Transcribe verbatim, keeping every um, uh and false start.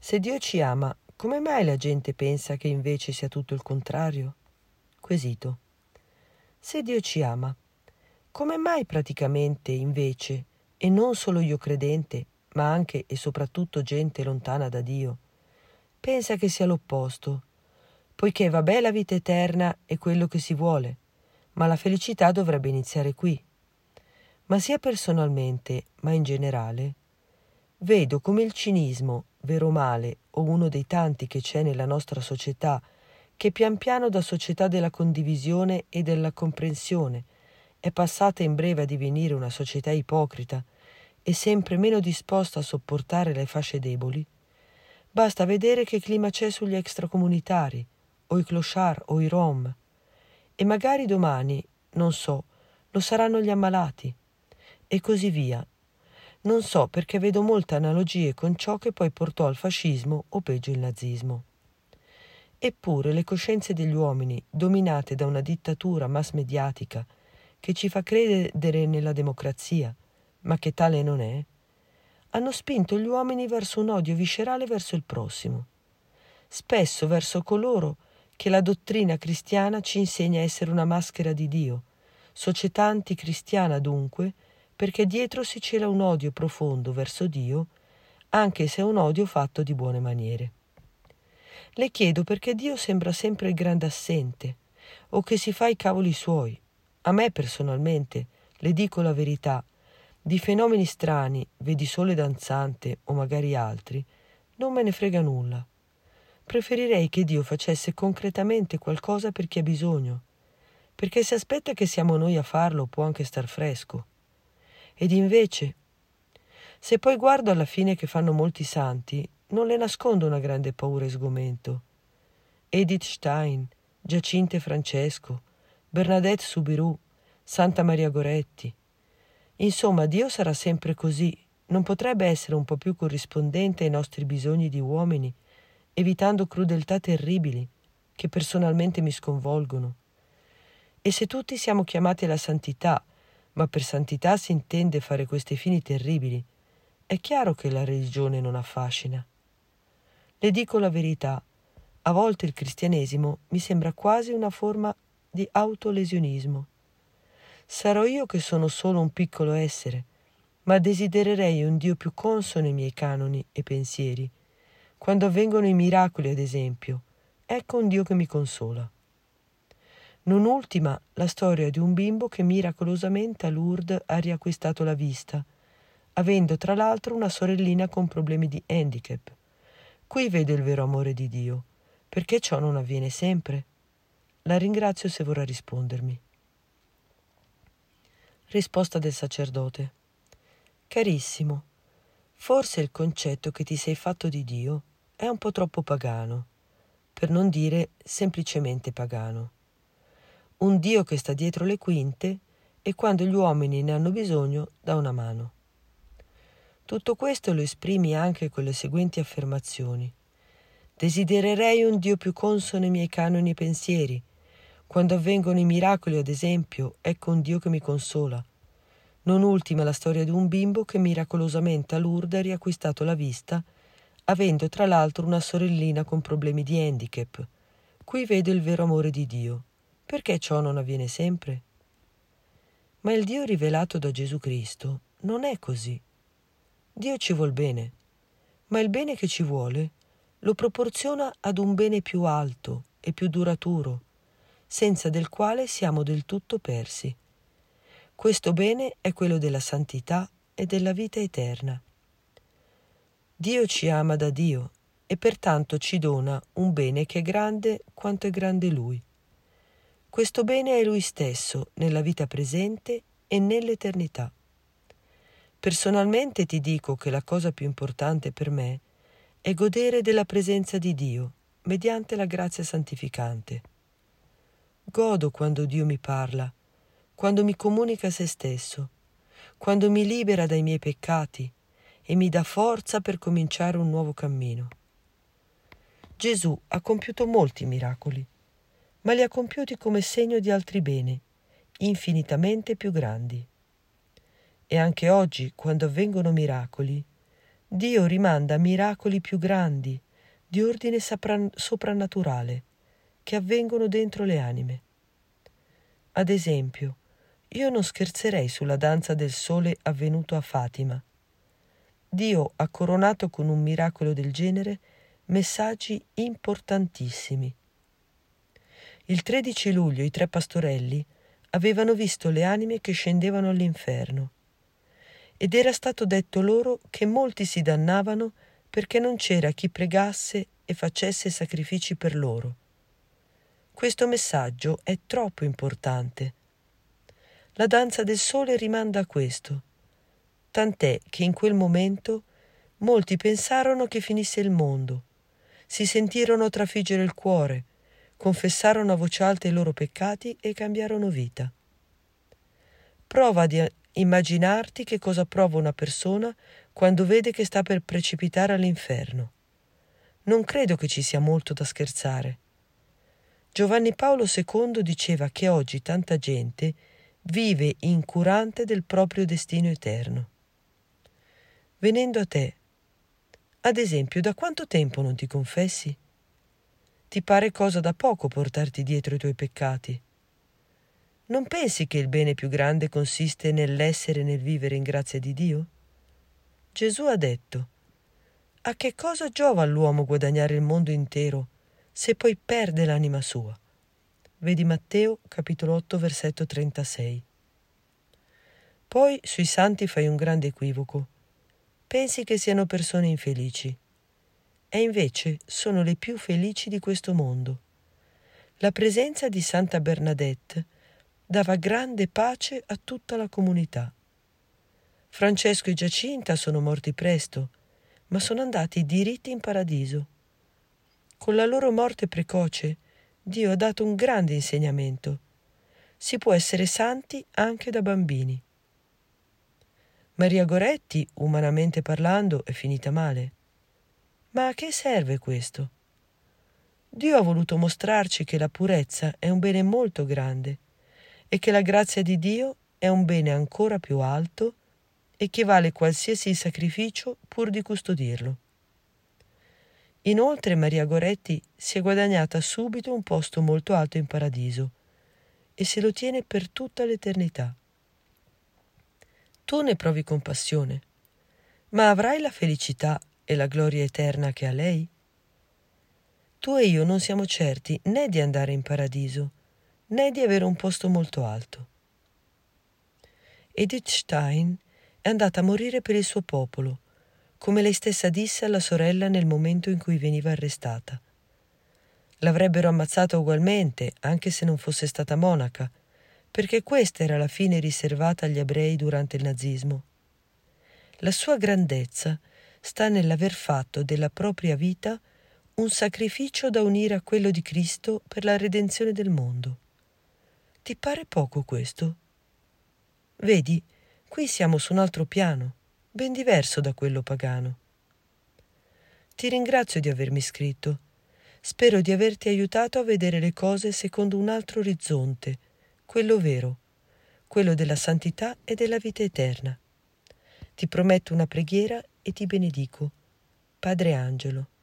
Se Dio ci ama, come mai la gente pensa che invece sia tutto il contrario? Quesito. Se Dio ci ama, come mai praticamente invece, e non solo io credente, ma anche e soprattutto gente lontana da Dio, pensa che sia l'opposto, poiché vabbè la vita eterna è quello che si vuole, ma la felicità dovrebbe iniziare qui. Ma sia personalmente, ma in generale, vedo come il cinismo, vero male o uno dei tanti che c'è nella nostra società, che pian piano da società della condivisione e della comprensione è passata in breve a divenire una società ipocrita e sempre meno disposta a sopportare le fasce deboli, basta vedere che clima c'è sugli extracomunitari, o i clochard o i rom, e magari domani, non so, lo saranno gli ammalati, e così via. Non so perché vedo molte analogie con ciò che poi portò al fascismo o peggio il nazismo. Eppure le coscienze degli uomini, dominate da una dittatura mass mediatica che ci fa credere nella democrazia, ma che tale non è, hanno spinto gli uomini verso un odio viscerale verso il prossimo, spesso verso coloro che la dottrina cristiana ci insegna a essere una maschera di Dio, società anticristiana dunque, perché dietro si cela un odio profondo verso Dio, anche se è un odio fatto di buone maniere. Le chiedo perché Dio sembra sempre il grande assente, o che si fa i cavoli suoi. A me personalmente, le dico la verità, di fenomeni strani, vedi Sole Danzante o magari altri, non me ne frega nulla. Preferirei che Dio facesse concretamente qualcosa per chi ha bisogno, perché se aspetta che siamo noi a farlo può anche star fresco. Ed invece, se poi guardo alla fine che fanno molti santi, non le nascondo una grande paura e sgomento. Edith Stein, Giacinte Francesco, Bernadette Soubirous, Santa Maria Goretti. Insomma, Dio sarà sempre così, non potrebbe essere un po' più corrispondente ai nostri bisogni di uomini, evitando crudeltà terribili che personalmente mi sconvolgono. E se tutti siamo chiamati alla santità, ma per santità si intende fare questi fini terribili, è chiaro che la religione non affascina. Le dico la verità, a volte il cristianesimo mi sembra quasi una forma di autolesionismo. Sarò io che sono solo un piccolo essere, ma desidererei un Dio più consono ai miei canoni e pensieri. Quando avvengono i miracoli, ad esempio, ecco un Dio che mi consola. Non ultima la storia di un bimbo che miracolosamente a Lourdes ha riacquistato la vista, avendo tra l'altro una sorellina con problemi di handicap. Qui vedo il vero amore di Dio, perché ciò non avviene sempre. La ringrazio se vorrà rispondermi. Risposta del sacerdote. Carissimo, forse il concetto che ti sei fatto di Dio è un po' troppo pagano, per non dire semplicemente pagano. Un Dio che sta dietro le quinte e quando gli uomini ne hanno bisogno dà una mano. Tutto questo lo esprimi anche con le seguenti affermazioni. Desidererei un Dio più consono ai miei canoni e pensieri. Quando avvengono i miracoli, ad esempio, ecco un Dio che mi consola. Non ultima la storia di un bimbo che miracolosamente a Lourdes ha riacquistato la vista, avendo tra l'altro una sorellina con problemi di handicap. Qui vedo il vero amore di Dio. Perché ciò non avviene sempre? Ma il Dio rivelato da Gesù Cristo non è così. Dio ci vuol bene, ma il bene che ci vuole lo proporziona ad un bene più alto e più duraturo, senza del quale siamo del tutto persi. Questo bene è quello della santità e della vita eterna. Dio ci ama da Dio e pertanto ci dona un bene che è grande quanto è grande Lui. Questo bene è Lui stesso nella vita presente e nell'eternità. Personalmente ti dico che la cosa più importante per me è godere della presenza di Dio mediante la grazia santificante. Godo quando Dio mi parla, quando mi comunica se stesso, quando mi libera dai miei peccati e mi dà forza per cominciare un nuovo cammino. Gesù ha compiuto molti miracoli, ma li ha compiuti come segno di altri beni, infinitamente più grandi. E anche oggi, quando avvengono miracoli, Dio rimanda miracoli più grandi, di ordine sapran- soprannaturale, che avvengono dentro le anime. Ad esempio, io non scherzerei sulla danza del sole avvenuto a Fatima. Dio ha coronato con un miracolo del genere messaggi importantissimi. Il tredici luglio i tre pastorelli avevano visto le anime che scendevano all'inferno ed era stato detto loro che molti si dannavano perché non c'era chi pregasse e facesse sacrifici per loro. Questo messaggio è troppo importante. La danza del sole rimanda a questo, tant'è che in quel momento molti pensarono che finisse il mondo, si sentirono trafiggere il cuore, confessarono a voce alta i loro peccati e cambiarono vita. Prova di immaginarti che cosa prova una persona quando vede che sta per precipitare all'inferno. Non credo che ci sia molto da scherzare. Giovanni Paolo secondo diceva che oggi tanta gente vive incurante del proprio destino eterno. Venendo a te, ad esempio, da quanto tempo non ti confessi? Ti pare cosa da poco portarti dietro i tuoi peccati? Non pensi che il bene più grande consiste nell'essere e nel vivere in grazia di Dio? Gesù ha detto: a che cosa giova all'uomo guadagnare il mondo intero se poi perde l'anima sua? Vedi Matteo, capitolo otto, versetto trentasei. Poi sui santi fai un grande equivoco. Pensi che siano persone infelici. E invece sono le più felici di questo mondo. La presenza di Santa Bernadette dava grande pace a tutta la comunità. Francesco e Giacinta sono morti presto, ma sono andati diritti in paradiso. Con la loro morte precoce, Dio ha dato un grande insegnamento. Si può essere santi anche da bambini. Maria Goretti, umanamente parlando, è finita male. Ma a che serve questo? Dio ha voluto mostrarci che la purezza è un bene molto grande e che la grazia di Dio è un bene ancora più alto e che vale qualsiasi sacrificio pur di custodirlo. Inoltre Maria Goretti si è guadagnata subito un posto molto alto in paradiso e se lo tiene per tutta l'eternità. Tu ne provi compassione, ma avrai la felicità e la gloria eterna che ha lei? Tu e io non siamo certi né di andare in paradiso, né di avere un posto molto alto. Edith Stein è andata a morire per il suo popolo, come lei stessa disse alla sorella nel momento in cui veniva arrestata. L'avrebbero ammazzata ugualmente, anche se non fosse stata monaca, perché questa era la fine riservata agli ebrei durante il nazismo. La sua grandezza sta nell'aver fatto della propria vita un sacrificio da unire a quello di Cristo per la redenzione del mondo. Ti pare poco questo? Vedi, qui siamo su un altro piano, ben diverso da quello pagano. Ti ringrazio di avermi scritto. Spero di averti aiutato a vedere le cose secondo un altro orizzonte, quello vero, quello della santità e della vita eterna. Ti prometto una preghiera e ti benedico. Padre Angelo.